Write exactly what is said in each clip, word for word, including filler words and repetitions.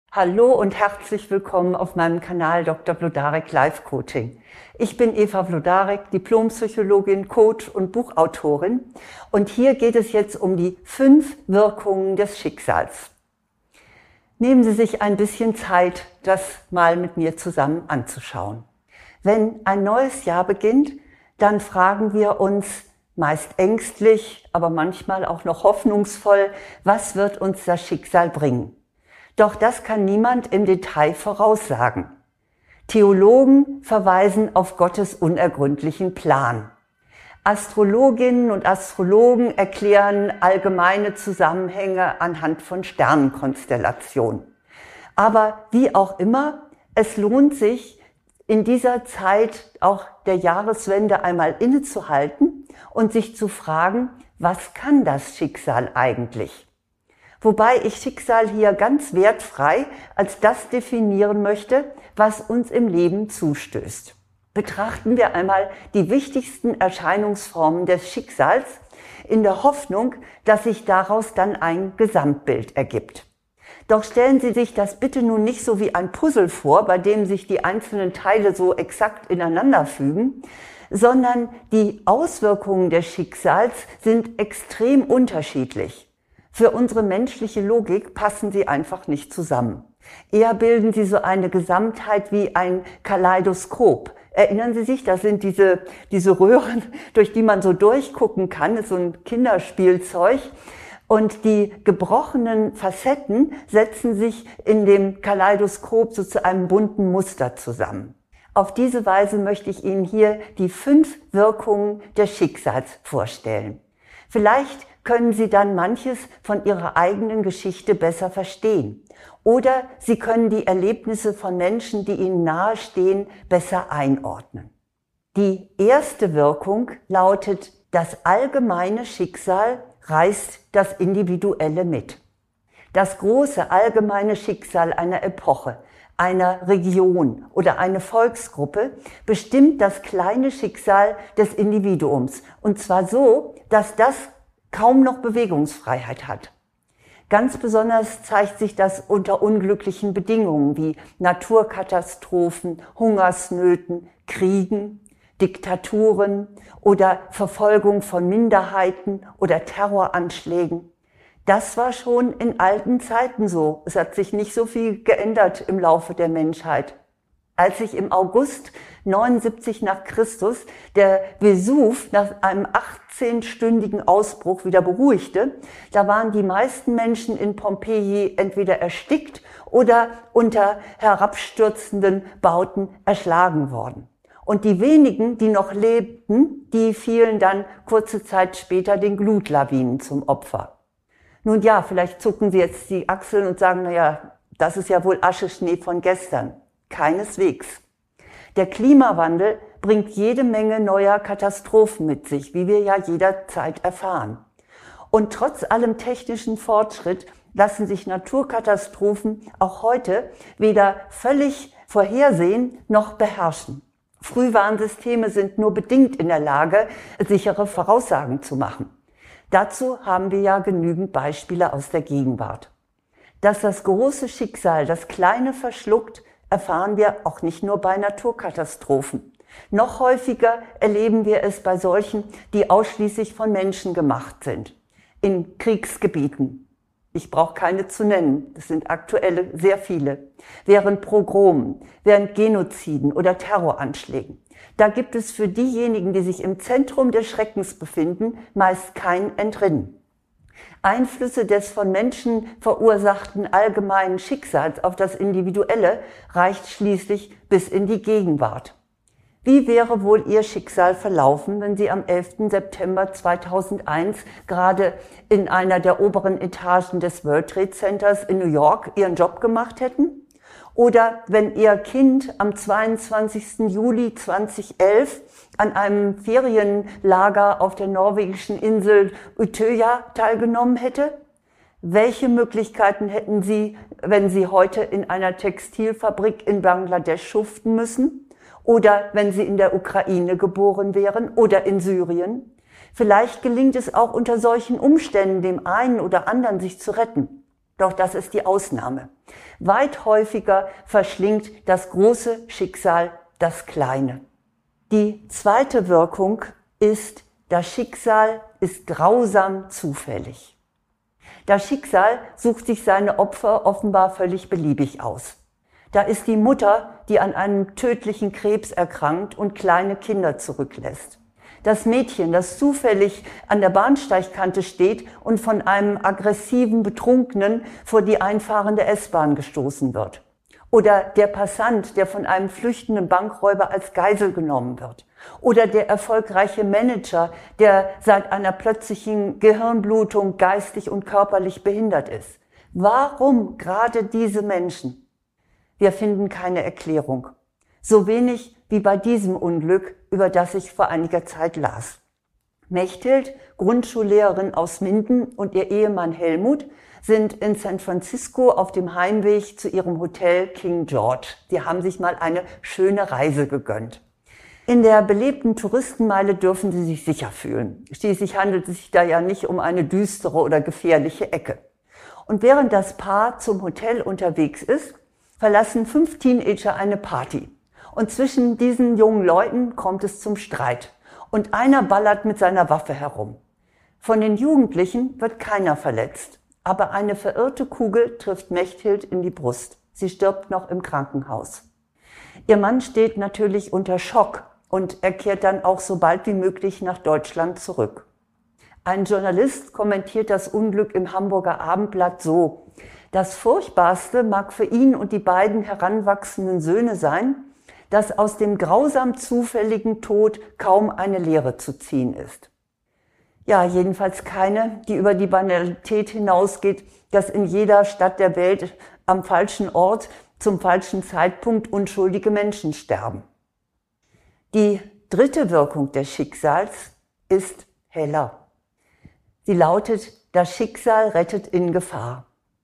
Hallo und herzlich willkommen auf meinem Kanal Doktor Wlodarek Life Coaching. Ich bin Eva Wlodarek, Diplompsychologin, Coach und Buchautorin. Und hier geht es jetzt um die fünf Wirkungen des Schicksals. Nehmen Sie sich ein bisschen Zeit, das mal mit mir zusammen anzuschauen. Wenn ein neues Jahr beginnt, dann fragen wir uns meist ängstlich, aber manchmal auch noch hoffnungsvoll, was wird uns das Schicksal bringen? Doch das kann niemand im Detail voraussagen. Theologen verweisen auf Gottes unergründlichen Plan. Astrologinnen und Astrologen erklären allgemeine Zusammenhänge anhand von Sternenkonstellationen. Aber wie auch immer, es lohnt sich, in dieser Zeit auch der Jahreswende einmal innezuhalten und sich zu fragen, was kann das Schicksal eigentlich? Wobei ich Schicksal hier ganz wertfrei als das definieren möchte, was uns im Leben zustößt. Betrachten wir einmal die wichtigsten Erscheinungsformen des Schicksals in der Hoffnung, dass sich daraus dann ein Gesamtbild ergibt. Doch stellen Sie sich das bitte nun nicht so wie ein Puzzle vor, bei dem sich die einzelnen Teile so exakt ineinander fügen, sondern die Auswirkungen des Schicksals sind extrem unterschiedlich. Für unsere menschliche Logik passen sie einfach nicht zusammen. Eher bilden sie so eine Gesamtheit wie ein Kaleidoskop. Erinnern Sie sich, das sind diese, diese Röhren, durch die man so durchgucken kann, das ist so ein Kinderspielzeug. Und die gebrochenen Facetten setzen sich in dem Kaleidoskop so zu einem bunten Muster zusammen. Auf diese Weise möchte ich Ihnen hier die fünf Wirkungen des Schicksals vorstellen. Vielleicht können Sie dann manches von Ihrer eigenen Geschichte besser verstehen. Oder Sie können die Erlebnisse von Menschen, die Ihnen nahestehen, besser einordnen. Die erste Wirkung lautet, das allgemeine Schicksal reißt das Individuelle mit. Das große allgemeine Schicksal einer Epoche, einer Region oder eine Volksgruppe bestimmt das kleine Schicksal des Individuums. Und zwar so, dass das kaum noch Bewegungsfreiheit hat. Ganz besonders zeigt sich das unter unglücklichen Bedingungen wie Naturkatastrophen, Hungersnöten, Kriegen, Diktaturen oder Verfolgung von Minderheiten oder Terroranschlägen. Das war schon in alten Zeiten so. Es hat sich nicht so viel geändert im Laufe der Menschheit. Als sich im August neunundsiebzig nach Christus der Vesuv nach einem achtzehnstündigen Ausbruch wieder beruhigte, da waren die meisten Menschen in Pompeji entweder erstickt oder unter herabstürzenden Bauten erschlagen worden. Und die wenigen, die noch lebten, die fielen dann kurze Zeit später den Glutlawinen zum Opfer. Nun ja, vielleicht zucken Sie jetzt die Achseln und sagen, na ja, das ist ja wohl Ascheschnee von gestern. Keineswegs. Der Klimawandel bringt jede Menge neuer Katastrophen mit sich, wie wir ja jederzeit erfahren. Und trotz allem technischen Fortschritt lassen sich Naturkatastrophen auch heute weder völlig vorhersehen noch beherrschen. Frühwarnsysteme sind nur bedingt in der Lage, sichere Voraussagen zu machen. Dazu haben wir ja genügend Beispiele aus der Gegenwart. Dass das große Schicksal das Kleine verschluckt, erfahren wir auch nicht nur bei Naturkatastrophen. Noch häufiger erleben wir es bei solchen, die ausschließlich von Menschen gemacht sind. In Kriegsgebieten. Ich brauche keine zu nennen, das sind aktuelle sehr viele. Während Pogromen, während Genoziden oder Terroranschlägen. Da gibt es für diejenigen, die sich im Zentrum des Schreckens befinden, meist kein Entrinnen. Einflüsse des von Menschen verursachten allgemeinen Schicksals auf das Individuelle reicht schließlich bis in die Gegenwart. Wie wäre wohl Ihr Schicksal verlaufen, wenn Sie am elften September zweitausendeins gerade in einer der oberen Etagen des World Trade Centers in New York Ihren Job gemacht hätten? Oder wenn Ihr Kind am zweiundzwanzigsten Juli zweitausendelf an einem Ferienlager auf der norwegischen Insel Utøya teilgenommen hätte? Welche Möglichkeiten hätten Sie, wenn Sie heute in einer Textilfabrik in Bangladesch schuften müssen? Oder wenn Sie in der Ukraine geboren wären oder in Syrien? Vielleicht gelingt es auch unter solchen Umständen dem einen oder anderen, sich zu retten. Doch das ist die Ausnahme. Weit häufiger verschlingt das große Schicksal das Kleine. Die zweite Wirkung ist, das Schicksal ist grausam zufällig. Das Schicksal sucht sich seine Opfer offenbar völlig beliebig aus. Da ist die Mutter, die an einem tödlichen Krebs erkrankt und kleine Kinder zurücklässt. Das Mädchen, das zufällig an der Bahnsteigkante steht und von einem aggressiven Betrunkenen vor die einfahrende S-Bahn gestoßen wird. Oder der Passant, der von einem flüchtenden Bankräuber als Geisel genommen wird. Oder der erfolgreiche Manager, der seit einer plötzlichen Gehirnblutung geistig und körperlich behindert ist. Warum gerade diese Menschen? Wir finden keine Erklärung. So wenig wie bei diesem Unglück, über das ich vor einiger Zeit las. Mechthild, Grundschullehrerin aus Minden, und ihr Ehemann Helmut sind in San Francisco auf dem Heimweg zu ihrem Hotel King George. Die haben sich mal eine schöne Reise gegönnt. In der belebten Touristenmeile dürfen sie sich sicher fühlen. Schließlich handelt es sich da ja nicht um eine düstere oder gefährliche Ecke. Und während das Paar zum Hotel unterwegs ist, verlassen fünf Teenager eine Party. Und zwischen diesen jungen Leuten kommt es zum Streit. Und einer ballert mit seiner Waffe herum. Von den Jugendlichen wird keiner verletzt. Aber eine verirrte Kugel trifft Mechthild in die Brust. Sie stirbt noch im Krankenhaus. Ihr Mann steht natürlich unter Schock und er kehrt dann auch so bald wie möglich nach Deutschland zurück. Ein Journalist kommentiert das Unglück im Hamburger Abendblatt so: Das Furchtbarste mag für ihn und die beiden heranwachsenden Söhne sein, dass aus dem grausam zufälligen Tod kaum eine Lehre zu ziehen ist. Ja, jedenfalls keine, die über die Banalität hinausgeht, dass in jeder Stadt der Welt am falschen Ort zum falschen Zeitpunkt unschuldige Menschen sterben. Die dritte Wirkung des Schicksals ist heller. Sie lautet: Das Schicksal rettet in Gefahr.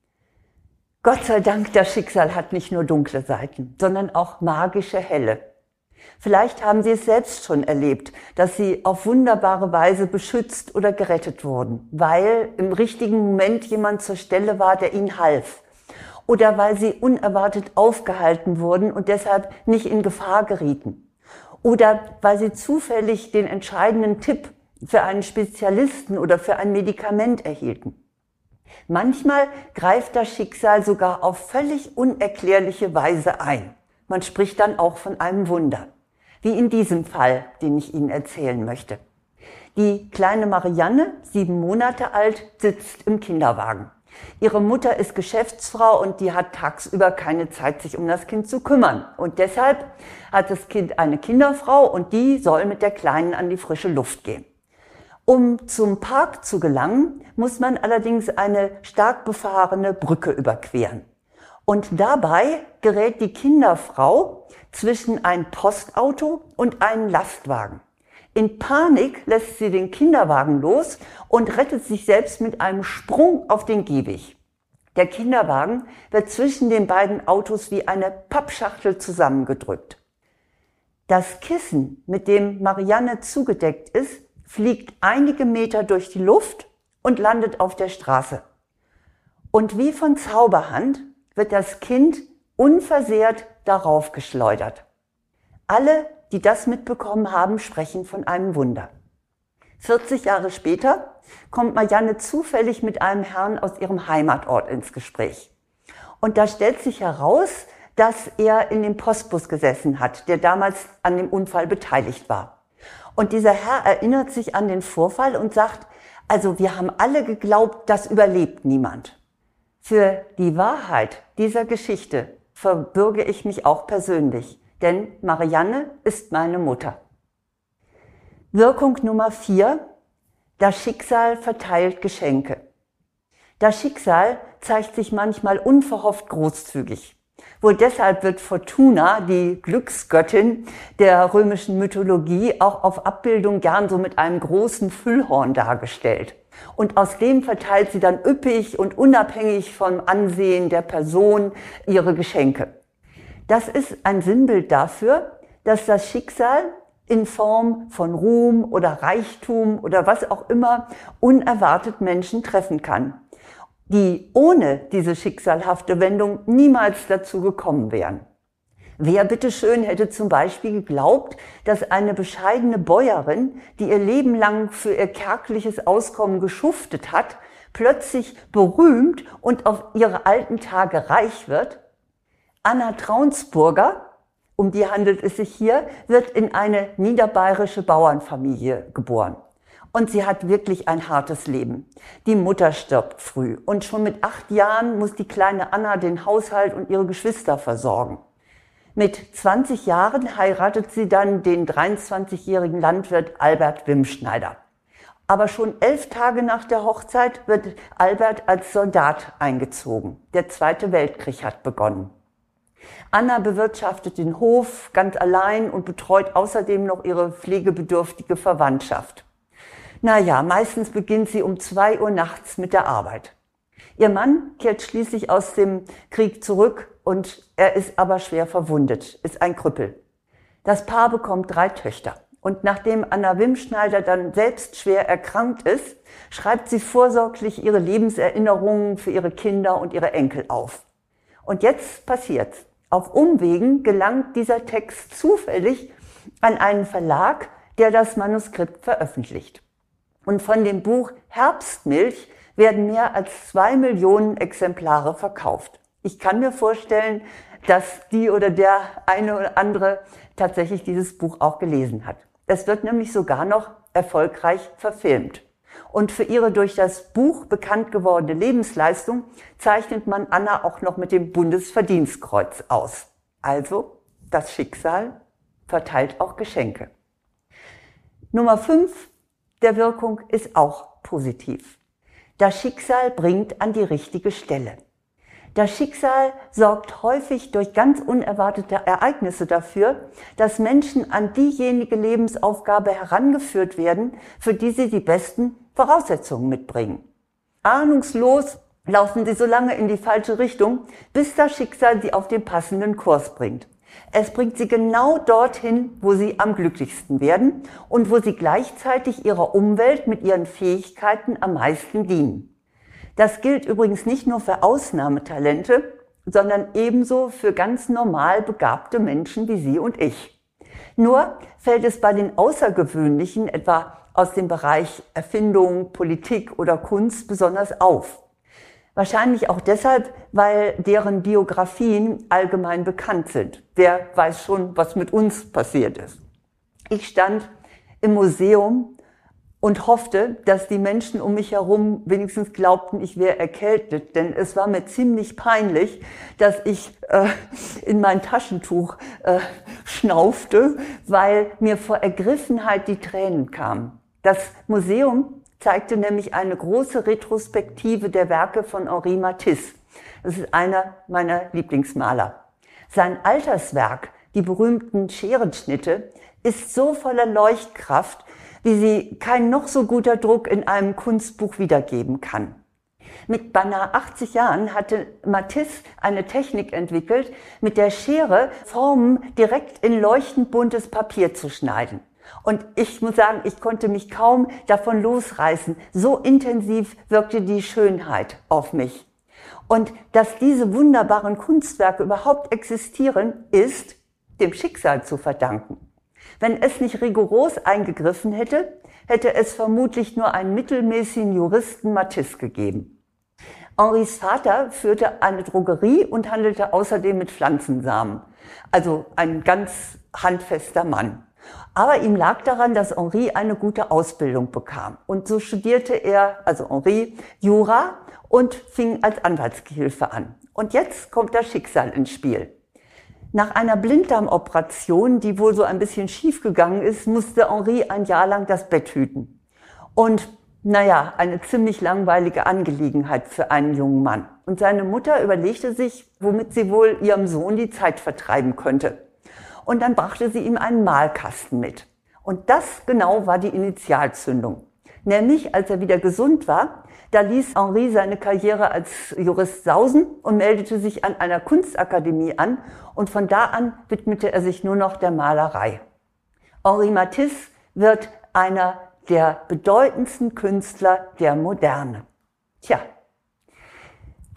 Gott sei Dank, das Schicksal hat nicht nur dunkle Seiten, sondern auch magische helle. Vielleicht haben Sie es selbst schon erlebt, dass Sie auf wunderbare Weise beschützt oder gerettet wurden, weil im richtigen Moment jemand zur Stelle war, der Ihnen half. Oder weil Sie unerwartet aufgehalten wurden und deshalb nicht in Gefahr gerieten. Oder weil Sie zufällig den entscheidenden Tipp für einen Spezialisten oder für ein Medikament erhielten. Manchmal greift das Schicksal sogar auf völlig unerklärliche Weise ein. Man spricht dann auch von einem Wunder. Wie in diesem Fall, den ich Ihnen erzählen möchte. Die kleine Marianne, sieben Monate alt, sitzt im Kinderwagen. Ihre Mutter ist Geschäftsfrau und die hat tagsüber keine Zeit, sich um das Kind zu kümmern. Und deshalb hat das Kind eine Kinderfrau und die soll mit der Kleinen an die frische Luft gehen. Um zum Park zu gelangen, muss man allerdings eine stark befahrene Brücke überqueren. Und dabei gerät die Kinderfrau zwischen ein Postauto und einen Lastwagen. In Panik lässt sie den Kinderwagen los und rettet sich selbst mit einem Sprung auf den Gehweg. Der Kinderwagen wird zwischen den beiden Autos wie eine Pappschachtel zusammengedrückt. Das Kissen, mit dem Marianne zugedeckt ist, fliegt einige Meter durch die Luft und landet auf der Straße. Und wie von Zauberhand wird das Kind unversehrt darauf geschleudert. Alle, die das mitbekommen haben, sprechen von einem Wunder. vierzig Jahre später kommt Marianne zufällig mit einem Herrn aus ihrem Heimatort ins Gespräch. Und da stellt sich heraus, dass er in dem Postbus gesessen hat, der damals an dem Unfall beteiligt war. Und dieser Herr erinnert sich an den Vorfall und sagt: Also wir haben alle geglaubt, das überlebt niemand. Für die Wahrheit dieser Geschichte verbürge ich mich auch persönlich, denn Marianne ist meine Mutter. Wirkung Nummer vier: Das Schicksal verteilt Geschenke. Das Schicksal zeigt sich manchmal unverhofft großzügig. Wohl deshalb wird Fortuna, die Glücksgöttin der römischen Mythologie, auch auf Abbildung gern so mit einem großen Füllhorn dargestellt. Und aus dem verteilt sie dann üppig und unabhängig vom Ansehen der Person ihre Geschenke. Das ist ein Sinnbild dafür, dass das Schicksal in Form von Ruhm oder Reichtum oder was auch immer unerwartet Menschen treffen kann. die ohne diese schicksalhafte Wendung niemals dazu gekommen wären. Wer bitteschön hätte zum Beispiel geglaubt, dass eine bescheidene Bäuerin, die ihr Leben lang für ihr kärgliches Auskommen geschuftet hat, plötzlich berühmt und auf ihre alten Tage reich wird? Anna Traunsburger, um die handelt es sich hier, wird in eine niederbayerische Bauernfamilie geboren. Und sie hat wirklich ein hartes Leben. Die Mutter stirbt früh und schon mit acht Jahren muss die kleine Anna den Haushalt und ihre Geschwister versorgen. Mit zwanzig Jahren heiratet sie dann den dreiundzwanzigjährigen Landwirt Albert Wimschneider. Aber schon elf Tage nach der Hochzeit wird Albert als Soldat eingezogen. Der Zweite Weltkrieg hat begonnen. Anna bewirtschaftet den Hof ganz allein und betreut außerdem noch ihre pflegebedürftige Verwandtschaft. Naja, meistens beginnt sie um zwei Uhr nachts mit der Arbeit. Ihr Mann kehrt schließlich aus dem Krieg zurück und er ist aber schwer verwundet, ist ein Krüppel. Das Paar bekommt drei Töchter. Und nachdem Anna Wimschneider dann selbst schwer erkrankt ist, schreibt sie vorsorglich ihre Lebenserinnerungen für ihre Kinder und ihre Enkel auf. Und jetzt passiert's. Auf Umwegen gelangt dieser Text zufällig an einen Verlag, der das Manuskript veröffentlicht. Und von dem Buch Herbstmilch werden mehr als zwei Millionen Exemplare verkauft. Ich kann mir vorstellen, dass die oder der eine oder andere tatsächlich dieses Buch auch gelesen hat. Es wird nämlich sogar noch erfolgreich verfilmt. Und für ihre durch das Buch bekannt gewordene Lebensleistung zeichnet man Anna auch noch mit dem Bundesverdienstkreuz aus. Also, das Schicksal verteilt auch Geschenke. Nummer fünf der Wirkung ist auch positiv. Das Schicksal bringt an die richtige Stelle. Das Schicksal sorgt häufig durch ganz unerwartete Ereignisse dafür, dass Menschen an diejenige Lebensaufgabe herangeführt werden, für die sie die besten Voraussetzungen mitbringen. Ahnungslos laufen sie so lange in die falsche Richtung, bis das Schicksal sie auf den passenden Kurs bringt. Es bringt sie genau dorthin, wo sie am glücklichsten werden und wo sie gleichzeitig ihrer Umwelt mit ihren Fähigkeiten am meisten dienen. Das gilt übrigens nicht nur für Ausnahmetalente, sondern ebenso für ganz normal begabte Menschen wie Sie und ich. Nur fällt es bei den Außergewöhnlichen, etwa aus dem Bereich Erfindung, Politik oder Kunst, besonders auf. Wahrscheinlich auch deshalb, weil deren Biografien allgemein bekannt sind. Wer weiß schon, was mit uns passiert ist. Ich stand im Museum und hoffte, dass die Menschen um mich herum wenigstens glaubten, ich wäre erkältet. Denn es war mir ziemlich peinlich, dass ich äh, in mein Taschentuch äh, schnaufte, weil mir vor Ergriffenheit die Tränen kamen. Das Museum zeigte nämlich eine große Retrospektive der Werke von Henri Matisse. Das ist einer meiner Lieblingsmaler. Sein Alterswerk, die berühmten Scherenschnitte, ist so voller Leuchtkraft, wie sie kein noch so guter Druck in einem Kunstbuch wiedergeben kann. Mit beinahe achtzig Jahren hatte Matisse eine Technik entwickelt, mit der Schere Formen direkt in leuchtend buntes Papier zu schneiden. Und ich muss sagen, ich konnte mich kaum davon losreißen. So intensiv wirkte die Schönheit auf mich. Und dass diese wunderbaren Kunstwerke überhaupt existieren, ist dem Schicksal zu verdanken. Wenn es nicht rigoros eingegriffen hätte, hätte es vermutlich nur einen mittelmäßigen Juristen Matisse gegeben. Henris Vater führte eine Drogerie und handelte außerdem mit Pflanzensamen. Also ein ganz handfester Mann. Aber ihm lag daran, dass Henri eine gute Ausbildung bekam. Und so studierte er, also Henri, Jura und fing als Anwaltsgehilfe an. Und jetzt kommt das Schicksal ins Spiel. Nach einer Blinddarmoperation, die wohl so ein bisschen schief gegangen ist, musste Henri ein Jahr lang das Bett hüten. Und naja, eine ziemlich langweilige Angelegenheit für einen jungen Mann. Und seine Mutter überlegte sich, womit sie wohl ihrem Sohn die Zeit vertreiben könnte. Und dann brachte sie ihm einen Malkasten mit. Und das genau war die Initialzündung. Nämlich, als er wieder gesund war, da ließ Henri seine Karriere als Jurist sausen und meldete sich an einer Kunstakademie an. Und von da an widmete er sich nur noch der Malerei. Henri Matisse wird einer der bedeutendsten Künstler der Moderne. Tja,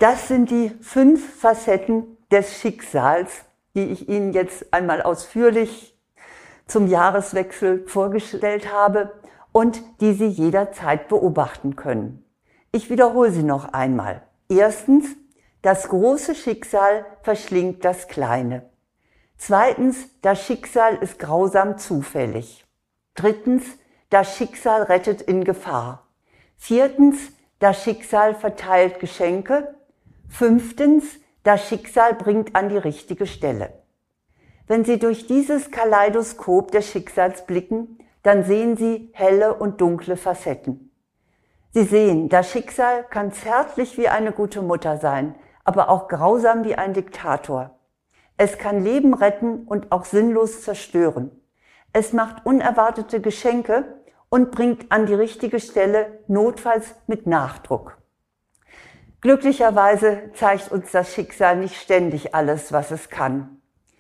Das sind die fünf Facetten des Schicksals, die ich Ihnen jetzt einmal ausführlich zum Jahreswechsel vorgestellt habe und die Sie jederzeit beobachten können. Ich wiederhole sie noch einmal. Erstens, das große Schicksal verschlingt das Kleine. Zweitens, das Schicksal ist grausam zufällig. Drittens, das Schicksal rettet in Gefahr. Viertens, das Schicksal verteilt Geschenke. Fünftens, das Schicksal bringt an die richtige Stelle. Wenn Sie durch dieses Kaleidoskop des Schicksals blicken, dann sehen Sie helle und dunkle Facetten. Sie sehen, das Schicksal kann zärtlich wie eine gute Mutter sein, aber auch grausam wie ein Diktator. Es kann Leben retten und auch sinnlos zerstören. Es macht unerwartete Geschenke und bringt an die richtige Stelle, notfalls mit Nachdruck. Glücklicherweise zeigt uns das Schicksal nicht ständig alles, was es kann.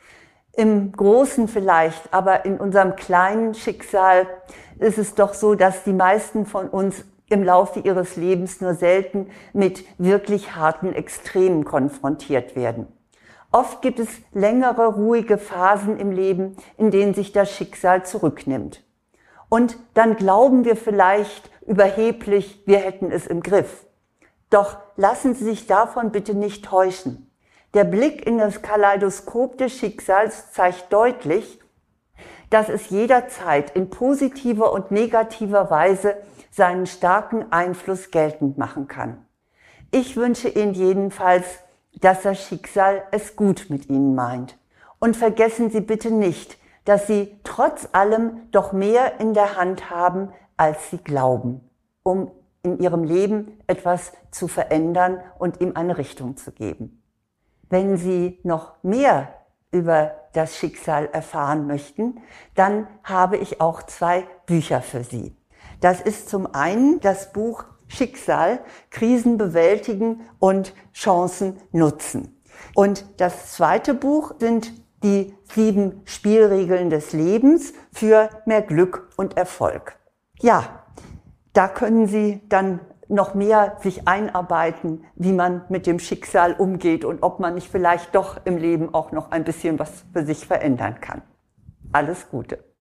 Im Großen vielleicht, aber in unserem kleinen Schicksal ist es doch so, dass die meisten von uns im Laufe ihres Lebens nur selten mit wirklich harten Extremen konfrontiert werden. Oft gibt es längere, ruhige Phasen im Leben, in denen sich das Schicksal zurücknimmt. Und dann glauben wir vielleicht überheblich, wir hätten es im Griff. Doch lassen Sie sich davon bitte nicht täuschen. Der Blick in das Kaleidoskop des Schicksals zeigt deutlich, dass es jederzeit in positiver und negativer Weise seinen starken Einfluss geltend machen kann. Ich wünsche Ihnen jedenfalls, dass das Schicksal es gut mit Ihnen meint. Und vergessen Sie bitte nicht, dass Sie trotz allem doch mehr in der Hand haben, als Sie glauben, um in Ihrem Leben etwas zu verändern und ihm eine Richtung zu geben. Wenn Sie noch mehr über das Schicksal erfahren möchten, dann habe ich auch zwei Bücher für Sie. Das ist zum einen das Buch Schicksal, Krisen bewältigen und Chancen nutzen. Und das zweite Buch sind die sieben Spielregeln des Lebens für mehr Glück und Erfolg. Ja, da können Sie dann noch mehr sich einarbeiten, wie man mit dem Schicksal umgeht und ob man nicht vielleicht doch im Leben auch noch ein bisschen was für sich verändern kann. Alles Gute.